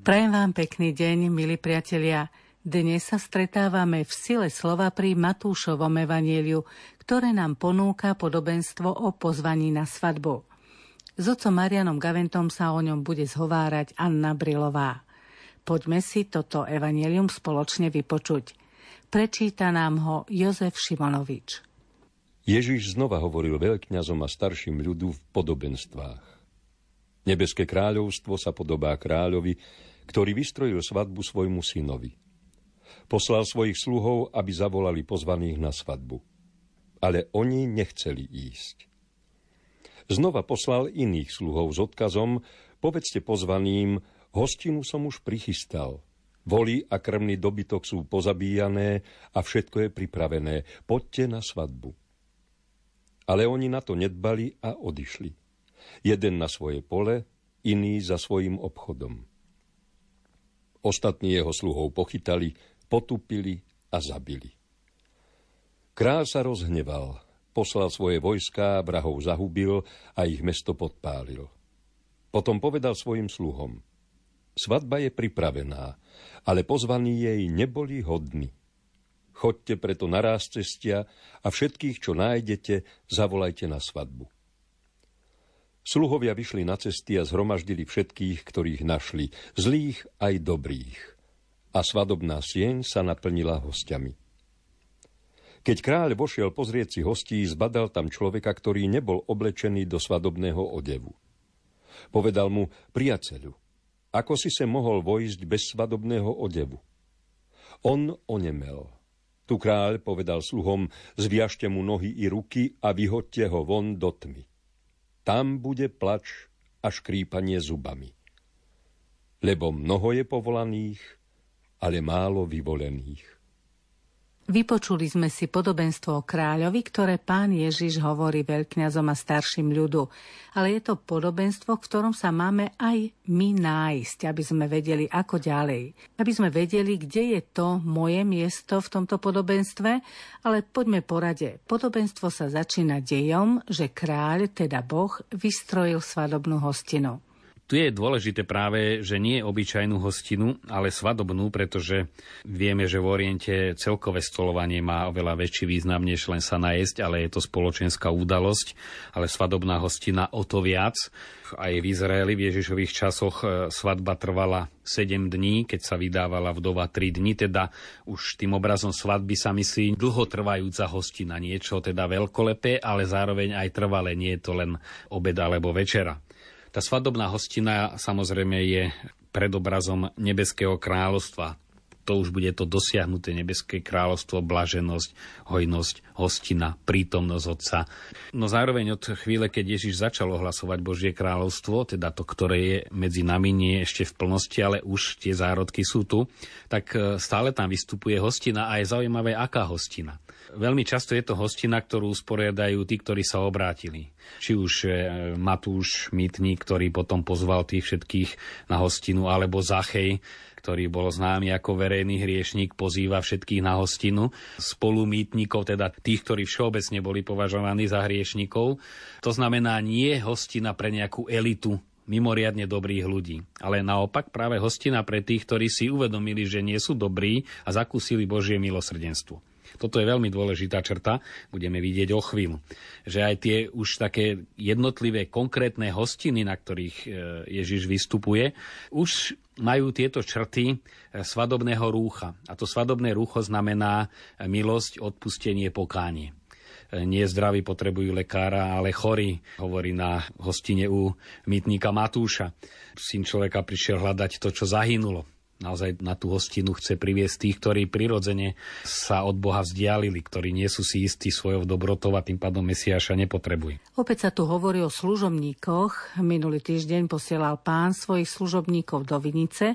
Prajem vám pekný deň, milí priatelia. Dnes sa stretávame v sile slova pri Matúšovom evanjeliu, ktoré nám ponúka podobenstvo o pozvaní na svadbu. S otcom Marianom Gaventom sa o ňom bude zhovárať Anna Brilová. Poďme si toto evanjelium spoločne vypočuť. Prečíta nám ho Jozef Šimonovič. Ježiš znova hovoril veľkňazom a starším ľudu v podobenstvách. Nebeské kráľovstvo sa podobá kráľovi, ktorý vystrojil svadbu svojmu synovi. Poslal svojich sluhov, aby zavolali pozvaných na svadbu. Ale oni nechceli ísť. Znova poslal iných sluhov s odkazom: povedzte pozvaným, hostinu som už prichystal. Voli a krmný dobytok sú pozabíjané a všetko je pripravené. Poďte na svadbu. Ale oni na to nedbali a odišli. Jeden na svoje pole, iný za svojím obchodom. Ostatní jeho sluhov pochytali, potupili a zabili. Kráľ sa rozhneval, poslal svoje vojská, vrahov zahubil a ich mesto podpálil. Potom povedal svojim sluhom: svadba je pripravená, ale pozvaní jej neboli hodní. Choďte preto na ráz cestia a všetkých, čo nájdete, zavolajte na svadbu. Sluhovia vyšli na cesty a zhromaždili všetkých, ktorých našli, zlých aj dobrých. A svadobná sieň sa naplnila hostiami. Keď kráľ vošiel pozrieť si hostí, zbadal tam človeka, ktorý nebol oblečený do svadobného odevu. Povedal mu: priateľu, ako si sa mohol vojsť bez svadobného odevu? On onemel. Tu kráľ povedal sluhom: zviažte mu nohy i ruky a vyhoďte ho von do tmy. Tam bude plač a škrípanie zubami. Lebo mnoho je povolaných, ale málo vyvolených. Vypočuli sme si podobenstvo o kráľovi, ktoré Pán Ježiš hovorí veľkňazom a starším ľudu. Ale je to podobenstvo, v ktorom sa máme aj my nájsť, aby sme vedeli, ako ďalej. Aby sme vedeli, kde je to moje miesto v tomto podobenstve, ale poďme po rade. Podobenstvo sa začína dejom, že kráľ, teda Boh, vystrojil svadobnú hostinu. Tu je dôležité práve, že nie obyčajnú hostinu, ale svadobnú, pretože vieme, že v Oriente celkové stolovanie má oveľa väčší význam, než len sa najesť, ale je to spoločenská udalosť, ale svadobná hostina o to viac. Aj v Izraeli v Ježišových časoch svadba trvala 7 dní, keď sa vydávala vdova 3 dní, teda už tým obrazom svadby sa myslí dlhotrvajúca hostina, niečo teda veľkolepé, ale zároveň aj trvalé, nie je to len obed alebo večera. Tá svadobná hostina samozrejme je predobrazom nebeského kráľovstva. To už bude to dosiahnuté nebeské kráľovstvo, blaženosť, hojnosť, hostina, prítomnosť Otca. No zároveň od chvíle, keď Ježiš začal ohlasovať Božie kráľovstvo, teda to, ktoré je medzi nami, nie ešte v plnosti, ale už tie zárodky sú tu, tak stále tam vystupuje hostina a je zaujímavé, aká hostina. Veľmi často je to hostina, ktorú usporiadajú tí, ktorí sa obrátili. Či už Matúš, mýtnik, ktorý potom pozval tých všetkých na hostinu, alebo Zachej, ktorý bol známy ako verejný hriešnik, pozýva všetkých na hostinu. Spolu mýtnikov, teda tých, ktorí všeobecne boli považovaní za hriešnikov. To znamená nie hostina pre nejakú elitu mimoriadne dobrých ľudí, ale naopak práve hostina pre tých, ktorí si uvedomili, že nie sú dobrí a zakúsili Božie milosrdenstvo. Toto je veľmi dôležitá črta, budeme vidieť o chvíľu. Že aj tie už také jednotlivé konkrétne hostiny, na ktorých Ježiš vystupuje, už majú tieto črty svadobného rúcha. A to svadobné rúcho znamená milosť, odpustenie, pokánie. Nie zdraví potrebujú lekára, ale chorí, hovorí na hostine u mýtnika Matúša. Syn človeka prišiel hľadať to, čo zahynulo. Naozaj na tú hostinu chce priviesť tých, ktorí prirodzene sa od Boha vzdialili, ktorí nie sú si istí svojou dobrotou a tým pádom Mesiáša nepotrebujú. Opäť sa tu hovorí o služobníkoch. Minulý týždeň posielal Pán svojich služobníkov do vinice.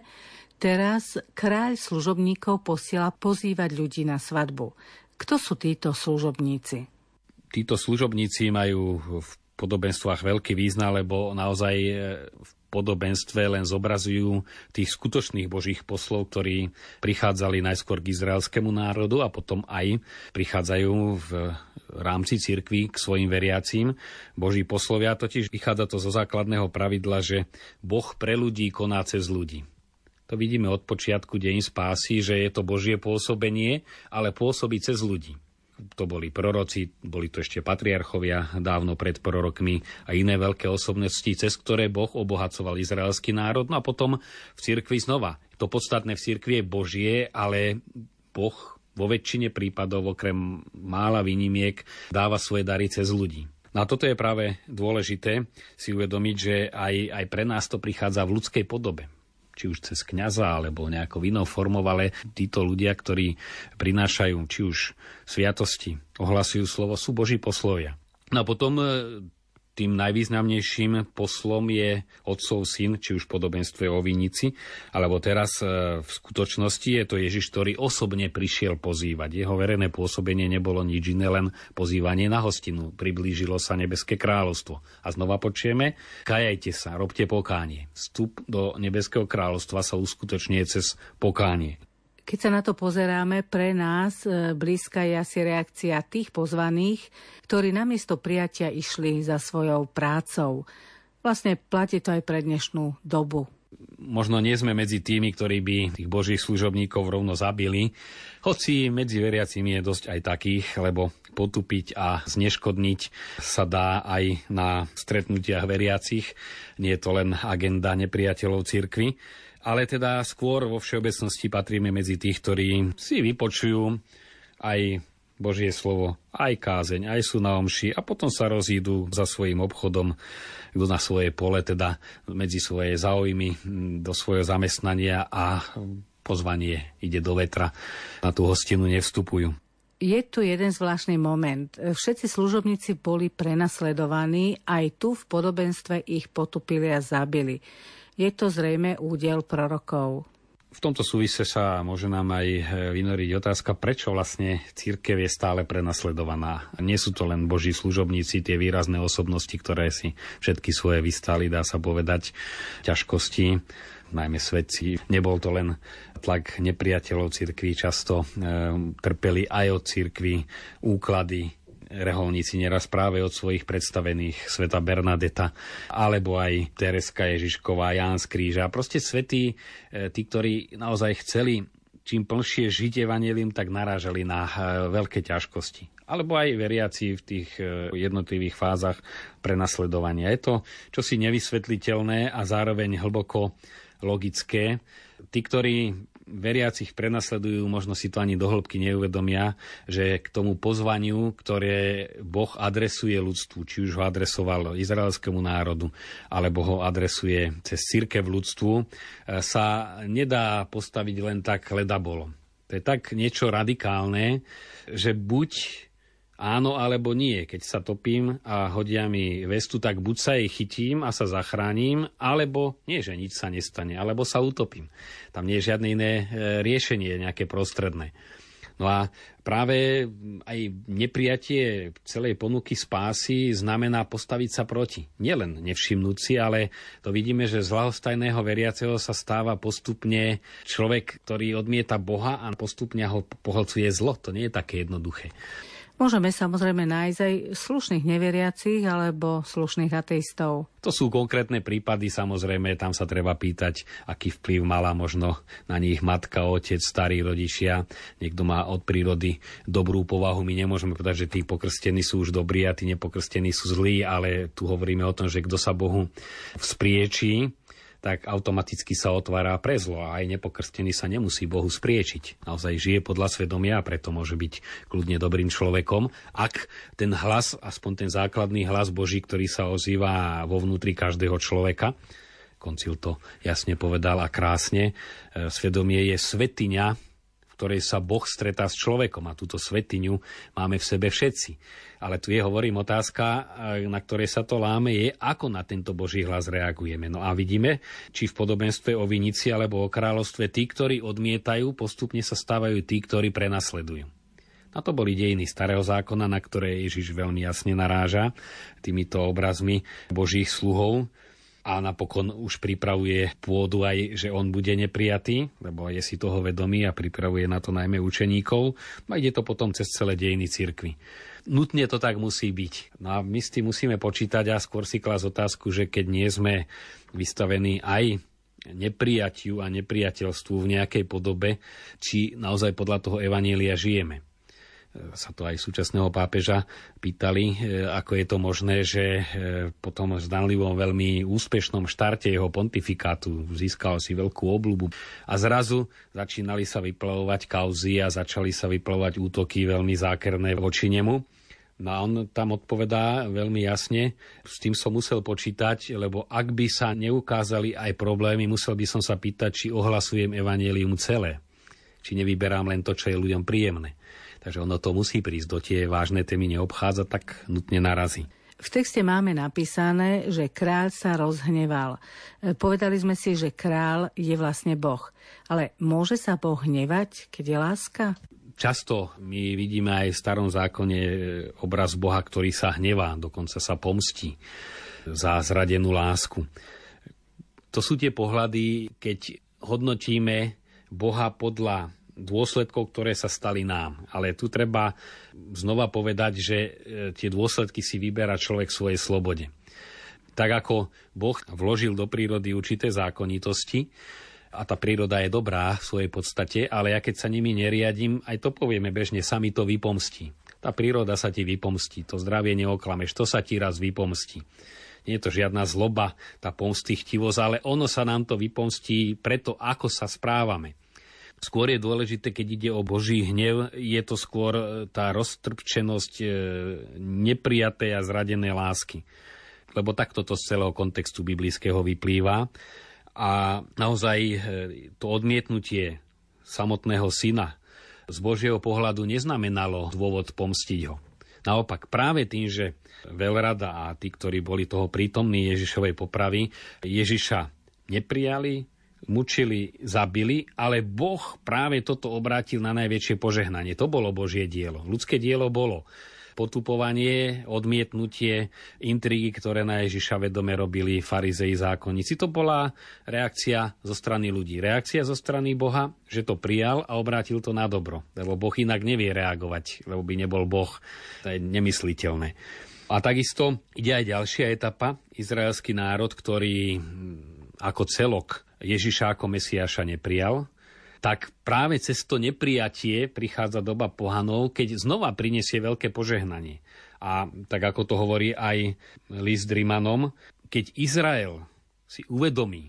Teraz kráľ služobníkov posiela pozývať ľudí na svadbu. Kto sú títo služobníci? Títo služobníci majú v podobenstvách veľký význam, lebo naozaj v podobenstve len zobrazujú tých skutočných Božích poslov, ktorí prichádzali najskôr k izraelskému národu a potom aj prichádzajú v rámci cirkvi k svojim veriacím. Boží poslovia totiž vychádza to zo základného pravidla, že Boh pre ľudí koná cez ľudí. To To vidíme od počiatku dejín spásy, že je to Božie pôsobenie, ale pôsobí cez ľudí. To boli proroci, boli to ešte patriarchovia dávno pred prorokmi a iné veľké osobnosti, cez ktoré Boh obohacoval izraelský národ. No a potom v cirkvi znova. To podstatné v cirkvi je Božie, ale Boh vo väčšine prípadov, okrem mála výnimiek, dáva svoje dary cez ľudí. No a toto je práve dôležité si uvedomiť, že aj pre nás to prichádza v ľudskej podobe. Či už cez kňaza, alebo nejakou inou formou, ale títo ľudia, ktorí prinášajú či už sviatosti, ohlasujú slovo, sú Boží poslovia. No a potom tým najvýznamnejším poslom je Otcov syn, či už v podobenstve o vinici, alebo teraz v skutočnosti je to Ježiš, ktorý osobne prišiel pozývať. Jeho verejné pôsobenie nebolo nič iné, len pozývanie na hostinu. Priblížilo sa nebeské kráľovstvo. A znova počujeme, kajajte sa, robte pokánie. Vstup do nebeského kráľovstva sa uskutočňuje cez pokánie. Keď sa na to pozeráme, pre nás blízka je asi reakcia tých pozvaných, ktorí namiesto prijatia išli za svojou prácou. Vlastne platí to aj pre dnešnú dobu. Možno nie sme medzi tými, ktorí by tých Božích služobníkov rovno zabili, hoci medzi veriacimi je dosť aj takých, lebo potupiť a zneškodniť sa dá aj na stretnutiach veriacich. Nie je to len agenda nepriateľov cirkvi. Ale teda skôr vo všeobecnosti patríme medzi tých, ktorí si vypočujú aj Božie slovo, aj kázeň, aj sú na omši a potom sa rozídu za svojím obchodom, kto na svoje pole, teda medzi svoje záujmy, do svojho zamestnania a pozvanie ide do vetra. Na tú hostinu nevstupujú. Je tu jeden zvláštny moment. Všetci služobníci boli prenasledovaní, aj tu v podobenstve ich potupili a zabili. Je to zrejme údel prorokov. V tomto súvise sa môže nám aj vynoriť otázka, prečo vlastne cirkev je stále prenasledovaná. Nie sú to len Boží služobníci, tie výrazné osobnosti, ktoré si všetky svoje vystáli, dá sa povedať, ťažkosti, najmä svetci. Nebol to len tlak nepriateľov cirkvi, často trpeli aj od cirkvi úklady, reholníci neraz práve od svojich predstavených, svätá Bernadeta, alebo aj Tereska Ježišková, Ján z Kríža. Proste svätí, tí, ktorí naozaj chceli čím plnšie žiť evanjelium, tak narážali na veľké ťažkosti. Alebo aj veriaci v tých jednotlivých fázach prenasledovania. Je to čosi nevysvetliteľné a zároveň hlboko logické. Tí, ktorí veriacich prenasledujú, možno si to ani do hĺbky neuvedomia, že k tomu pozvaniu, ktoré Boh adresuje ľudstvu, či už ho adresoval izraelskému národu, alebo ho adresuje cez cirkev ľudstvu, sa nedá postaviť len tak ledabolo. To je tak niečo radikálne, že buď áno alebo nie. Keď sa topím a hodia mi vestu, tak buď sa jej chytím a sa zachránim, alebo nie, že nič sa nestane, alebo sa utopím. Tam nie je žiadne iné riešenie, nejaké prostredné. No a práve aj neprijatie celej ponuky spásy znamená postaviť sa proti. Nielen nevšimnúť si, ale to vidíme, že z ľahostajného veriaceho sa stáva postupne človek, ktorý odmieta Boha a postupne ho pohlcuje zlo. To nie je také jednoduché. Môžeme samozrejme nájsť aj slušných neveriacich alebo slušných ateistov. To sú konkrétne prípady, samozrejme, tam sa treba pýtať, aký vplyv mala možno na nich matka, otec, starí rodičia. Niekto má od prírody dobrú povahu. My nemôžeme povedať, že tí pokrstení sú už dobrí a tí nepokrstení sú zlí, ale tu hovoríme o tom, že kto sa Bohu vzpriečí, tak automaticky sa otvára pre zlo a aj nepokrstený sa nemusí Bohu spriečiť. Naozaj žije podľa svedomia a preto môže byť kľudne dobrým človekom, ak ten hlas, aspoň ten základný hlas Boží, ktorý sa ozýva vo vnútri každého človeka, koncil to jasne povedal a krásne, svedomie je svetiňa, v ktorej sa Boh stretá s človekom a túto svetiňu máme v sebe všetci. Ale tu je, hovorím, otázka, na ktorej sa to láme, je, ako na tento Boží hlas reagujeme. No a vidíme, či v podobenstve o vinici alebo o kráľovstve, tí, ktorí odmietajú, postupne sa stávajú tí, ktorí prenasledujú. A to boli dejiny Starého zákona, na ktoré Ježiš veľmi jasne naráža týmito obrazmi Božích sluhov. A napokon už pripravuje pôdu aj, že on bude neprijatý, lebo je si toho vedomý a pripravuje na to najmä učeníkov. A ide to potom cez celé dejiny cirkvi. Nutne to tak musí byť. No a my s tým musíme počítať a skôr si klásť otázku, že keď nie sme vystavení aj neprijatiu a nepriateľstvu v nejakej podobe, či naozaj podľa toho evanjelia žijeme. Sa to aj súčasného pápeža pýtali, ako je to možné, že po tom zdanlivom veľmi úspešnom štarte jeho pontifikátu získal si veľkú obľubu a zrazu začínali sa vyplavovať kauzy a začali sa vyplavovať útoky veľmi zákerné voči nemu. No a on tam odpovedá veľmi jasne, s tým som musel počítať, lebo ak by sa neukázali aj problémy, musel by som sa pýtať, či ohlasujem evanjelium celé, či nevyberám len to, čo je ľuďom príjemné. Takže ono to musí prísť, do tie vážne témy neobchádza, tak nutne narazí. V texte máme napísané, že kráľ sa rozhneval. Povedali sme si, že kráľ je vlastne Boh. Ale môže sa Boh hnevať, keď je láska? Často my vidíme aj v starom zákone obraz Boha, ktorý sa hnevá, dokonca sa pomstí za zradenú lásku. To sú tie pohľady, keď hodnotíme Boha podľa dôsledkov, ktoré sa stali nám. Ale tu treba znova povedať, že tie dôsledky si vyberá človek v svojej slobode. Tak ako Boh vložil do prírody určité zákonitosti, a tá príroda je dobrá v svojej podstate, ale ja keď sa nimi neriadím, aj to povieme bežne, sa mi to vypomstí. Tá príroda sa ti vypomstí, to zdravie neoklameš, to sa ti raz vypomstí. Nie je to žiadna zloba, tá pomstichtivosť, ale ono sa nám to vypomstí preto, ako sa správame. Skôr je dôležité, keď ide o Boží hnev, je to skôr tá roztrpčenosť neprijatej a zradenej lásky. Lebo takto to z celého kontextu biblického vyplýva. A naozaj to odmietnutie samotného syna z Božieho pohľadu neznamenalo dôvod pomstiť ho. Naopak, práve tým, že veľrada a tí, ktorí boli toho prítomní Ježišovej popravy, Ježiša neprijali, mučili, zabili, ale Boh práve toto obrátil na najväčšie požehnanie. To bolo Božie dielo. Ľudské dielo bolo potupovanie, odmietnutie, intrigy, ktoré na Ježiša vedome robili farizei, zákonníci. To bola reakcia zo strany ľudí. Reakcia zo strany Boha, že to prijal a obrátil to na dobro. Lebo Boh inak nevie reagovať, lebo by nebol Boh. To je nemysliteľné. A takisto ide aj ďalšia etapa. Izraelský národ, ktorý ako celok Ježiša ako Mesiáša neprijal, tak práve cez to neprijatie prichádza doba pohanov, keď znova prinesie veľké požehnanie. A tak ako to hovorí aj list Rimanom, keď Izrael si uvedomí,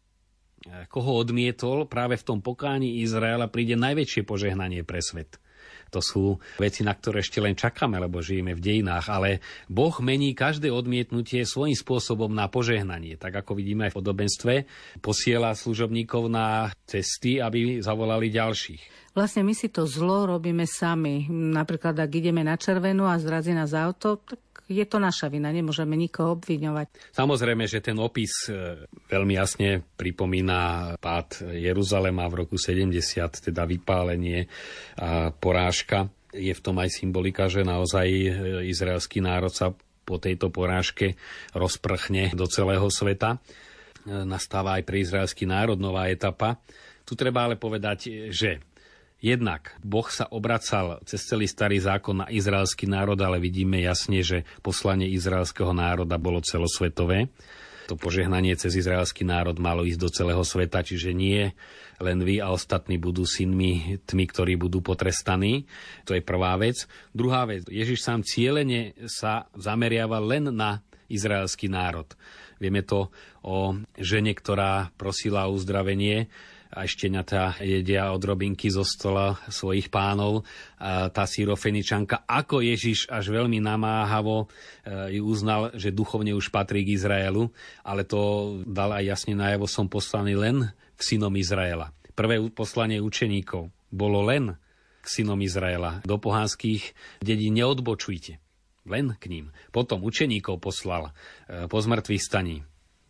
koho odmietol, práve v tom pokáni Izraela príde najväčšie požehnanie pre svet. To sú veci, na ktoré ešte len čakáme, lebo žijeme v dejinách, ale Boh mení každé odmietnutie svojím spôsobom na požehnanie. Tak ako vidíme aj v podobenstve, posiela služobníkov na cesty, aby zavolali ďalších. Vlastne my si to zlo robíme sami. Napríklad, ak ideme na červenú a zrazí nás auto, tak je to naša vina, nemôžeme nikoho obviňovať. Samozrejme, že ten opis veľmi jasne pripomína pád Jeruzalema v roku 70, teda vypálenie a porážka. Je v tom aj symbolika, že naozaj izraelský národ sa po tejto porážke rozprchne do celého sveta. Nastáva aj pre izraelský národ nová etapa. Tu treba ale povedať, že jednak Boh sa obracal cez celý starý zákon na izraelský národ, ale vidíme jasne, že poslanie izraelského národa bolo celosvetové. To požehnanie cez izraelský národ malo ísť do celého sveta, čiže nie len vy a ostatní budú synmi tmy, ktorí budú potrestaní. To je prvá vec. Druhá vec, Ježiš sám cielene sa zameriava len na izraelský národ. Vieme to o žene, ktorá prosila o uzdravenie, a šteniatá jedia odrobinky zo stola svojich pánov. A tá Sýrofeničanka, ako Ježiš až veľmi namáhavo ju uznal, že duchovne už patrí k Izraelu, ale to dal aj jasne najavo, som poslaný len k synom Izraela. Prvé poslanie učeníkov bolo len k synom Izraela. Do pohanských dedín neodbočujte, len k ním. Potom učeníkov poslal po zmrtvých staní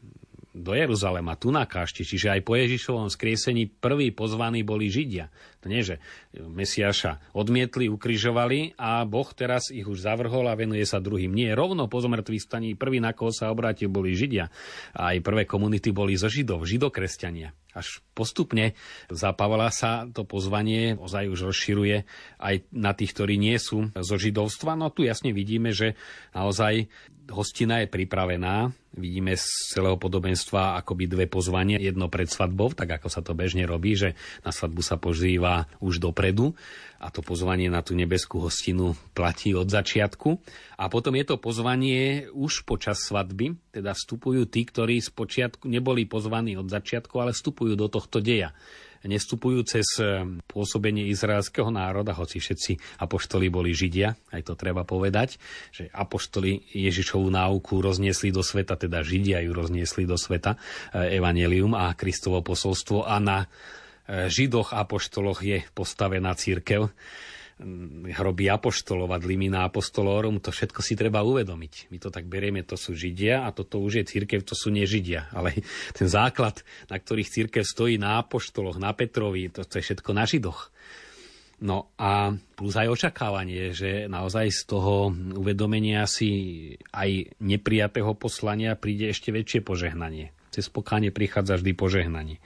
do Jeruzalema, tu na kášti, čiže aj po Ježišovom skriesení prví pozvaní boli Židia. To nie, že Mesiáša odmietli, ukrižovali a Boh teraz ich už zavrhol a venuje sa druhým. Nie, rovno po zmrtvých staní prví, na koho sa obrátil, boli Židia. A aj prvé komunity boli zo Židov, židokresťania. Až postupne za Pavla sa to pozvanie ozaj už rozširuje aj na tých, ktorí nie sú zo židovstva. No tu jasne vidíme, že naozaj hostina je pripravená. Vidíme z celého podobenstva akoby dve pozvania. Jedno pred svadbou, tak ako sa to bežne robí, že na svadbu sa pozýva už dopredu. A to pozvanie na tú nebeskú hostinu platí od začiatku. A potom je to pozvanie už počas svadby, teda vstupujú tí, ktorí z počiatku neboli pozvaní od začiatku, ale vstupujú do tohto deja. Nestupujú cez pôsobenie izraelského národa, hoci všetci apoštoli boli Židia, aj to treba povedať, že apoštoli Ježišovú náuku rozniesli do sveta, teda Židia ju rozniesli do sveta, evanjelium a Kristovo posolstvo, a na Židoch apoštoloch je postavená cirkev, hroby apoštolov a dlimina apostolorum, to všetko si treba uvedomiť. My to tak berieme, to sú Židia a toto už je cirkev, to sú nežidia. Ale ten základ, na ktorých cirkev stojí, na apoštoloch, na Petrovi, to je všetko na Židoch. No a plus aj očakávanie, že naozaj z toho uvedomenia si aj neprijatého poslania príde ešte väčšie požehnanie. Cez pokánie prichádza vždy požehnanie.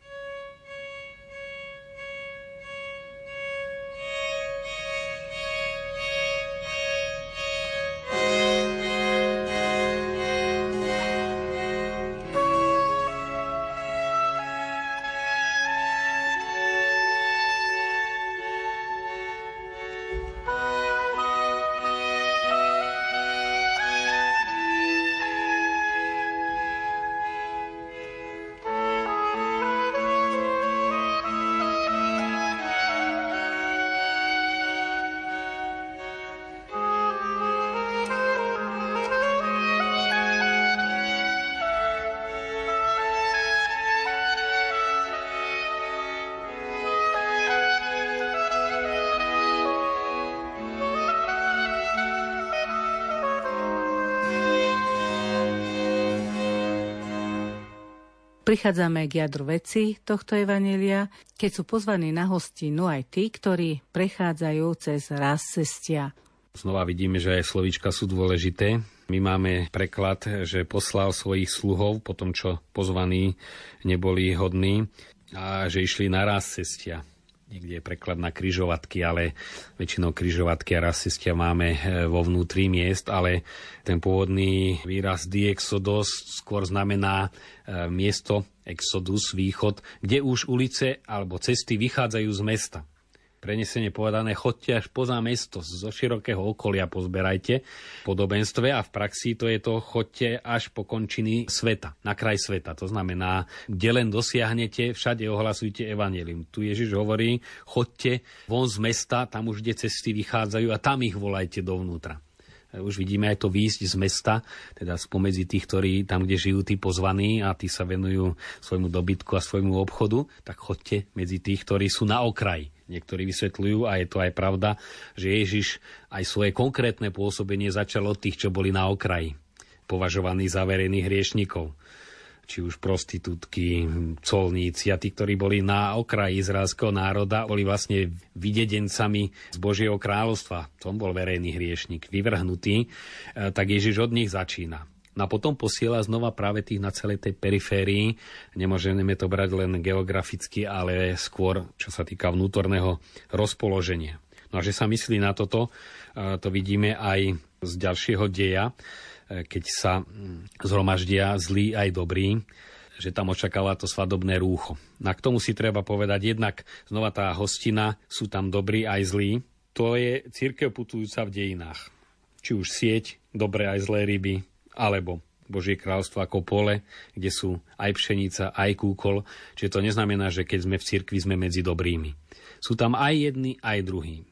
Prichádzame k jadru veci tohto evanjelia, keď sú pozvaní na hostinu aj tí, ktorí prechádzajú cez raz cestia. Znova vidíme, že aj slovíčka sú dôležité. My máme preklad, že poslal svojich sluhov po tom, čo pozvaní neboli hodní, a že išli na raz cestia. Niekde je preklad na križovatky, ale väčšinou križovatky a raz cestia máme vo vnútri miest, ale ten pôvodný výraz diexodos skôr znamená miesto, exodus, východ, kde už ulice alebo cesty vychádzajú z mesta. Prenesene povedané, chodte až poza mesto, zo širokého okolia pozberajte v podobenstve, a v praxi to je to, chodte až po končiny sveta, na kraj sveta. To znamená, kde len dosiahnete, všade ohlasujte evanjelium. Tu Ježiš hovorí, chodte von z mesta, tam už kde cesty vychádzajú, a tam ich volajte dovnútra. Už vidíme aj to výjsť z mesta, teda spomedzi tých, ktorí tam, kde žijú tí pozvaní a tí sa venujú svojmu dobytku a svojmu obchodu, tak chodte medzi tých, ktorí sú na okraji. Niektorí vysvetľujú, a je to aj pravda, že Ježiš aj svoje konkrétne pôsobenie začal od tých, čo boli na okraji, považovaní za verejných hriešnikov. Či už prostitútky, colníci a tí, ktorí boli na okraji izraelského národa, boli vlastne videdencami z Božieho kráľovstva. Tom bol verejný hriešnik, vyvrhnutý, tak Ježiš od nich začína. No a potom posiela znova práve tých na celej tej periférii. Nemôžeme to brať len geograficky, ale skôr, čo sa týka vnútorného rozpoloženia. No a že sa myslí na toto, to vidíme aj z ďalšieho deja, keď sa zhromaždia zlí aj dobrí, že tam očakáva to svadobné rúcho. A k tomu si treba povedať, jednak znova tá hostina, sú tam dobrí aj zlí. To je cirkev putujúca v dejinách. Či už sieť, dobré aj zlé ryby, alebo Božie kráľstvo ako pole, kde sú aj pšenica, aj kúkol. Čiže to neznamená, že keď sme v cirkvi, sme medzi dobrými. Sú tam aj jedni, aj druhí.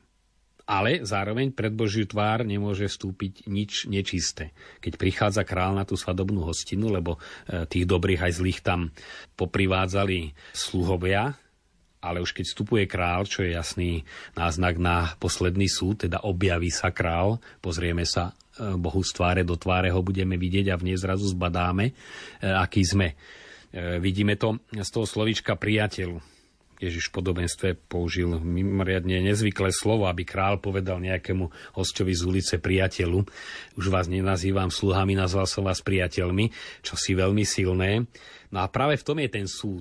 Ale zároveň pred Božiu tvár nemôže vstúpiť nič nečisté. Keď prichádza kráľ na tú svadobnú hostinu, lebo tých dobrých aj zlých tam poprivádzali sluhovia, ale už keď vstupuje král, čo je jasný náznak na posledný súd, teda objaví sa král, pozrieme sa Bohu z tváre do tváre, ho budeme vidieť a v nej zrazu zbadáme, aký sme. Vidíme to z toho slovíčka priateľu. Ježiš v podobenstve použil mimoriadne nezvyklé slovo, aby král povedal nejakému hosťovi z ulice priateľu. Už vás nenazývam sluhami, nazval som vás priateľmi, čo si veľmi silné. No a práve v tom je ten súd.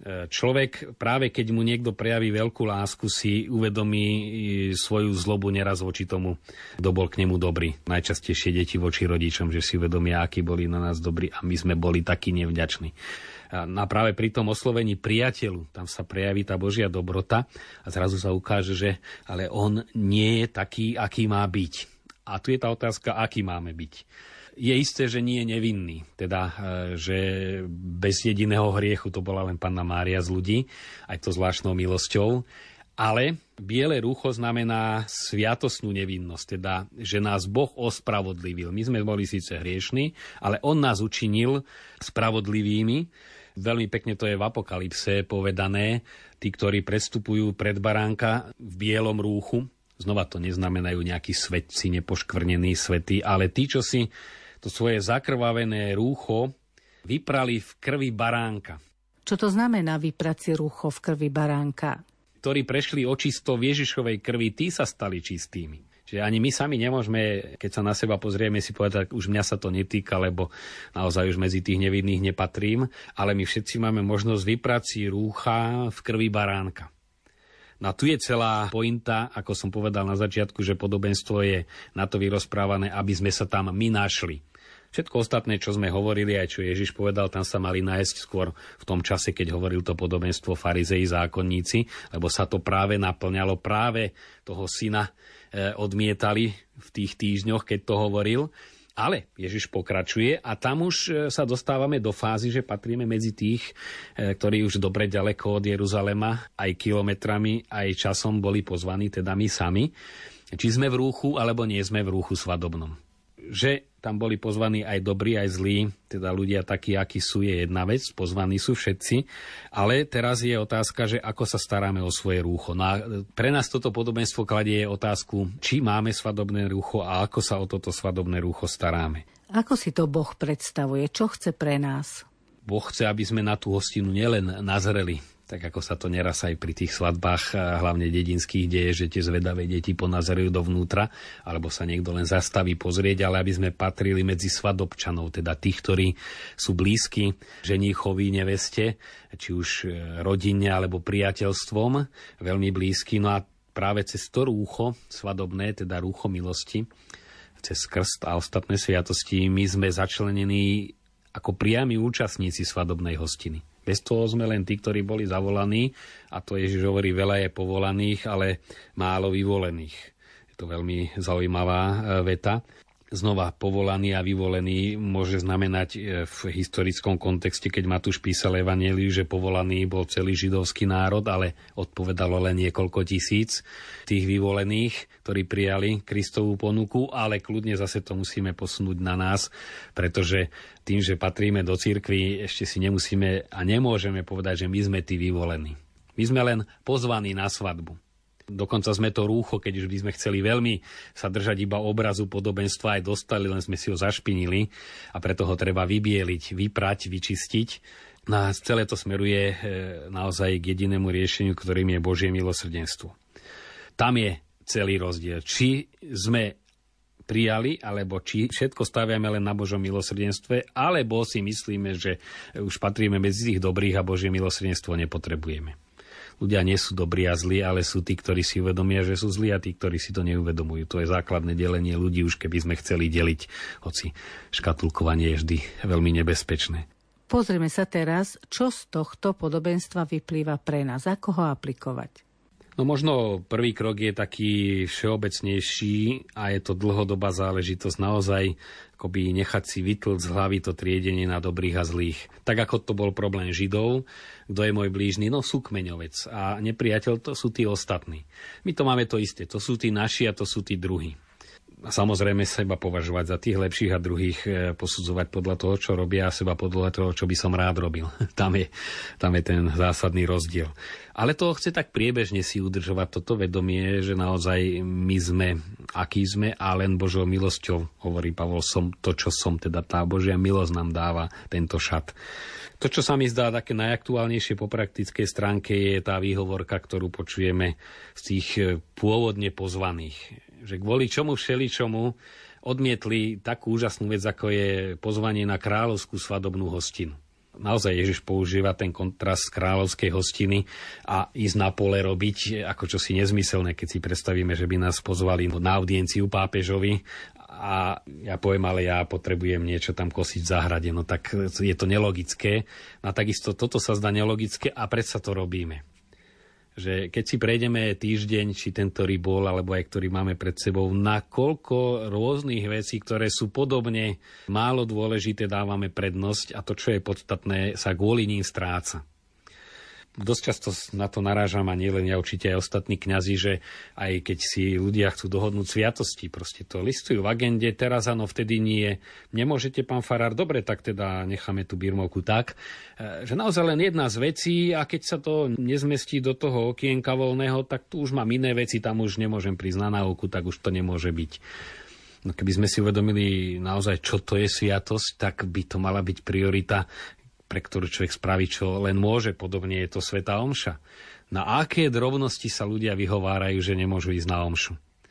Človek, práve keď mu niekto prejaví veľkú lásku, si uvedomí svoju zlobu neraz voči tomu, kto bol k nemu dobrý. Najčastejšie deti voči rodičom, že si uvedomia, akí boli na nás dobrí a my sme boli takí nevďační. A práve pri tom oslovení priateľu, tam sa prejaví tá Božia dobrota a zrazu sa ukáže, že ale on nie je taký, aký má byť. A tu je tá otázka, aký máme byť. Je isté, že nie je nevinný, teda, že bez jediného hriechu to bola len Panna Mária z ľudí, aj to zvláštnou milosťou, ale biele rúcho znamená sviatostnú nevinnosť, teda, že nás Boh ospravodlivil. My sme boli síce hriešni, ale on nás učinil spravodlivými. Veľmi pekne to je v Apokalypse povedané, tí, ktorí predstupujú pred baránka v bielom rúchu, znova to neznamenajú nejakí svetci, nepoškvrnení svätí, ale tí, čo si to svoje zakrvavené rúcho vyprali v krvi baránka. Čo to znamená vyprať si rúcho v krvi baránka? Ktorí prešli očisto v Ježišovej krvi, tí sa stali čistými. Čiže ani my sami nemôžeme, keď sa na seba pozrieme, si povedať, už mňa sa to netýka, lebo naozaj už medzi tých nevinných nepatrím, ale my všetci máme možnosť vyprať si rúcha v krvi baránka. No a tu je celá pointa, ako som povedal na začiatku, že podobenstvo je na to vyrozprávané, aby sme sa tam my našli. Všetko ostatné, čo sme hovorili, aj čo Ježiš povedal, tam sa mali nájsť skôr v tom čase, keď hovoril to podobenstvo farizei, zákonníci, lebo sa to práve naplňalo, práve toho syna odmietali v tých týždňoch, keď to hovoril. Ale Ježiš pokračuje a tam už sa dostávame do fázy, že patríme medzi tých, ktorí už dobre ďaleko od Jeruzalema, aj kilometrami, aj časom boli pozvaní, teda my sami. Či sme v rúchu, alebo nie sme v rúchu svadobnom. Že tam boli pozvaní aj dobrí, aj zlí, teda ľudia takí, akí sú, je jedna vec, pozvaní sú všetci, ale teraz je otázka, že ako sa staráme o svoje rúcho. No a pre nás toto podobenstvo kladie otázku, či máme svadobné rúcho a ako sa o toto svadobné rúcho staráme. Ako si to Boh predstavuje? Čo chce pre nás? Boh chce, aby sme na tú hostinu nielen nazreli, tak ako sa to neraz aj pri tých svadbách, hlavne dedinských, deje, že tie zvedavé deti ponazerujú dovnútra, alebo sa niekto len zastaví pozrieť, ale aby sme patrili medzi svadobčanov, teda tých, ktorí sú blízki ženíchovi, neveste, či už rodine alebo priateľstvom, veľmi blízky. No a práve cez to rúcho svadobné, teda rúcho milosti, cez krst a ostatné sviatosti, my sme začlenení ako priami účastníci svadobnej hostiny. Bez toho sme len tí, ktorí boli zavolaní, a to Ježiš hovorí, veľa je povolaných, ale málo vyvolených. Je to veľmi zaujímavá veta. Znova povolaný a vyvolený môže znamenať v historickom kontexte, keď Matúš písal evanjeliu, že povolaný bol celý židovský národ, ale odpovedalo len niekoľko tisíc tých vyvolených, ktorí prijali Kristovú ponuku, ale kľudne zase to musíme posunúť na nás, pretože tým, že patríme do cirkvi, ešte si nemusíme a nemôžeme povedať, že my sme tí vyvolení. My sme len pozvaní na svadbu. Dokonca sme to rúcho, keď už by sme chceli veľmi sa držať iba obrazu podobenstva, aj dostali, len sme si ho zašpinili a preto ho treba vybieliť, vyprať, vyčistiť. No a celé to smeruje naozaj k jedinému riešeniu, ktorým je Božie milosrdenstvo. Tam je celý rozdiel. Či sme prijali, alebo či všetko staviame len na Božom milosrdenstve, alebo si myslíme, že už patríme medzi tých dobrých a Božie milosrdenstvo nepotrebujeme. Ľudia nie sú dobrí a zlí, ale sú tí, ktorí si uvedomia, že sú zlí, a tí, ktorí si to neuvedomujú. To je základné delenie ľudí, už keby sme chceli deliť, hoci škatulkovanie je vždy veľmi nebezpečné. Pozrieme sa teraz, čo z tohto podobenstva vyplýva pre nás, ako ho aplikovať. No možno prvý krok je taký všeobecnejší a je to dlhodobá záležitosť naozaj akoby nechať si vytlcť z hlavy to triedenie na dobrých a zlých. Tak ako to bol problém Židov, kto je môj blížny? No sú kmeňovec a nepriateľ to sú tí ostatní. My to máme to isté, to sú tí naši a to sú tí druhí. A samozrejme seba považovať za tých lepších a druhých posudzovať podľa toho, čo robia, a seba podľa toho, čo by som rád robil. Tam je ten zásadný rozdiel. Ale to chce tak priebežne si udržovať toto vedomie, že naozaj my sme, akí sme, a len Božou milosťou, hovorí Pavol, som to, čo som, teda tá Božia milosť nám dáva tento šat. To, čo sa mi zdá také najaktuálnejšie po praktickej stránke, je tá výhovorka, ktorú počujeme z tých pôvodne pozvaných. Že kvôli čomu všeličomu odmietli takú úžasnú vec, ako je pozvanie na kráľovskú svadobnú hostinu. Naozaj Ježiš používa ten kontrast kráľovskej hostiny a ísť na pole robiť ako čosi nezmyselné, keď si predstavíme, že by nás pozvali na audienciu pápežovi a ja poviem, ale ja potrebujem niečo tam kosiť v záhrade, no tak je to nelogické. No takisto toto sa zdá nelogické a predsa to robíme. Že keď si prejdeme týždeň, či tento bol, alebo aj ktorý máme pred sebou, na koľko rôznych vecí, ktoré sú podobne málo dôležité, dávame prednosť a to, čo je podstatné, sa kvôli ním stráca. Dosť často na to narážam a nielen ja, určite aj ostatní kňazi, že aj keď si ľudia chcú dohodnúť sviatosti, proste to listujú v agende, teraz áno, vtedy nie. Nemôžete, pán farár, dobre, tak teda necháme tú birmovku tak, že naozaj len jedna z vecí a keď sa to nezmestí do toho okienka voľného, tak tu už mám iné veci, tam už nemôžem prísť na náuku, tak už to nemôže byť. No keby sme si uvedomili naozaj, čo to je sviatosť, tak by to mala byť priorita, pre ktorú človek spraví, čo len môže. Podobne je to svätá omša. Na aké drobnosti sa ľudia vyhovárajú, že nemôžu ísť na omšu?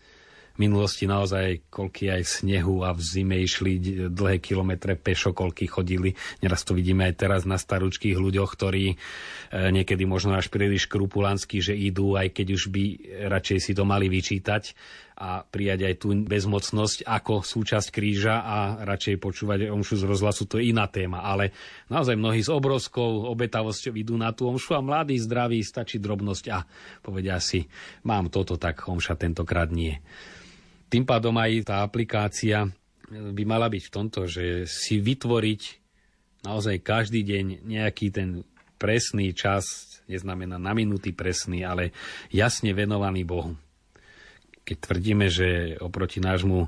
V minulosti naozaj koľky aj v snehu a v zime išli dlhé kilometre pešo, koľky chodili. Neraz to vidíme aj teraz na starúčkých ľuďoch, ktorí niekedy možno až príliš škrupulánski, že idú, aj keď už by radšej si to mali vyčítať a prijať aj tú bezmocnosť ako súčasť kríža a radšej počúvať omšu z rozhlasu, to je iná téma. Ale naozaj mnohí s obrovskou obetavosťou idú na tú omšu a mladí, zdraví, stačí drobnosť a povedia si, mám toto, tak omša tentokrát nie. Tým pádom aj tá aplikácia by mala byť v tomto, že si vytvoriť naozaj každý deň nejaký ten presný čas, neznamená na minúty presný, ale jasne venovaný Bohu. Keď tvrdíme, že oproti nášmu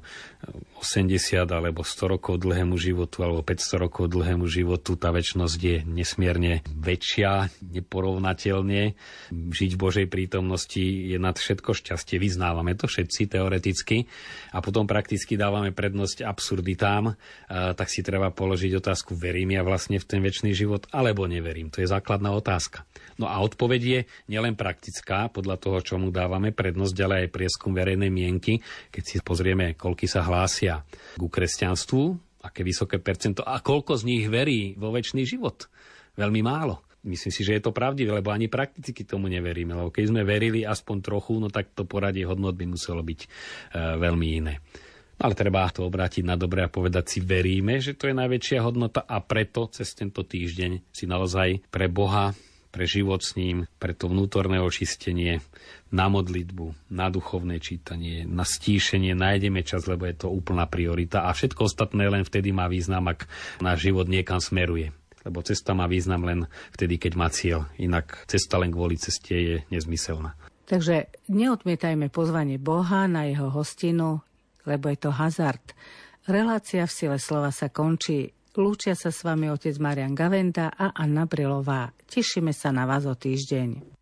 80 alebo 100 rokov dlhému životu alebo 500 rokov dlhému životu tá večnosť je nesmierne väčšia, neporovnateľne. Žiť v Božej prítomnosti je nad všetko šťastie. Vyznávame to všetci teoreticky a potom prakticky dávame prednosť absurditám, tak si treba položiť otázku, verím ja vlastne v ten večný život alebo neverím. To je základná otázka. No a odpoveď je nielen praktická, podľa toho, čomu dávame prednosť, ale aj prieskum verejnej mienky, keď si pozrieme, koľky sa hlásia ku kresťanstvu, aké vysoké percento a koľko z nich verí vo večný život. Veľmi málo. Myslím si, že je to pravdivé, lebo ani prakticky tomu neveríme. Lebo keď sme verili aspoň trochu, no tak to poradie hodnot by muselo byť veľmi iné. Ale treba to obrátiť na dobre a povedať si, veríme, že to je najväčšia hodnota a preto cez tento týždeň si naozaj pre Boha, pre život s ním, pre to vnútorné očistenie, na modlitbu, na duchovné čítanie, na stíšenie nájdeme čas, lebo je to úplná priorita a všetko ostatné len vtedy má význam, ak náš život niekam smeruje. Lebo cesta má význam len vtedy, keď má cieľ. Inak cesta len kvôli ceste je nezmyselná. Takže neodmietajme pozvanie Boha na jeho hostinu, lebo je to hazard. Relácia v sile slova sa končí. Lúčia sa s vami otec Marián Gavenda a Anna Brilová. Tešíme sa na vás o týždeň.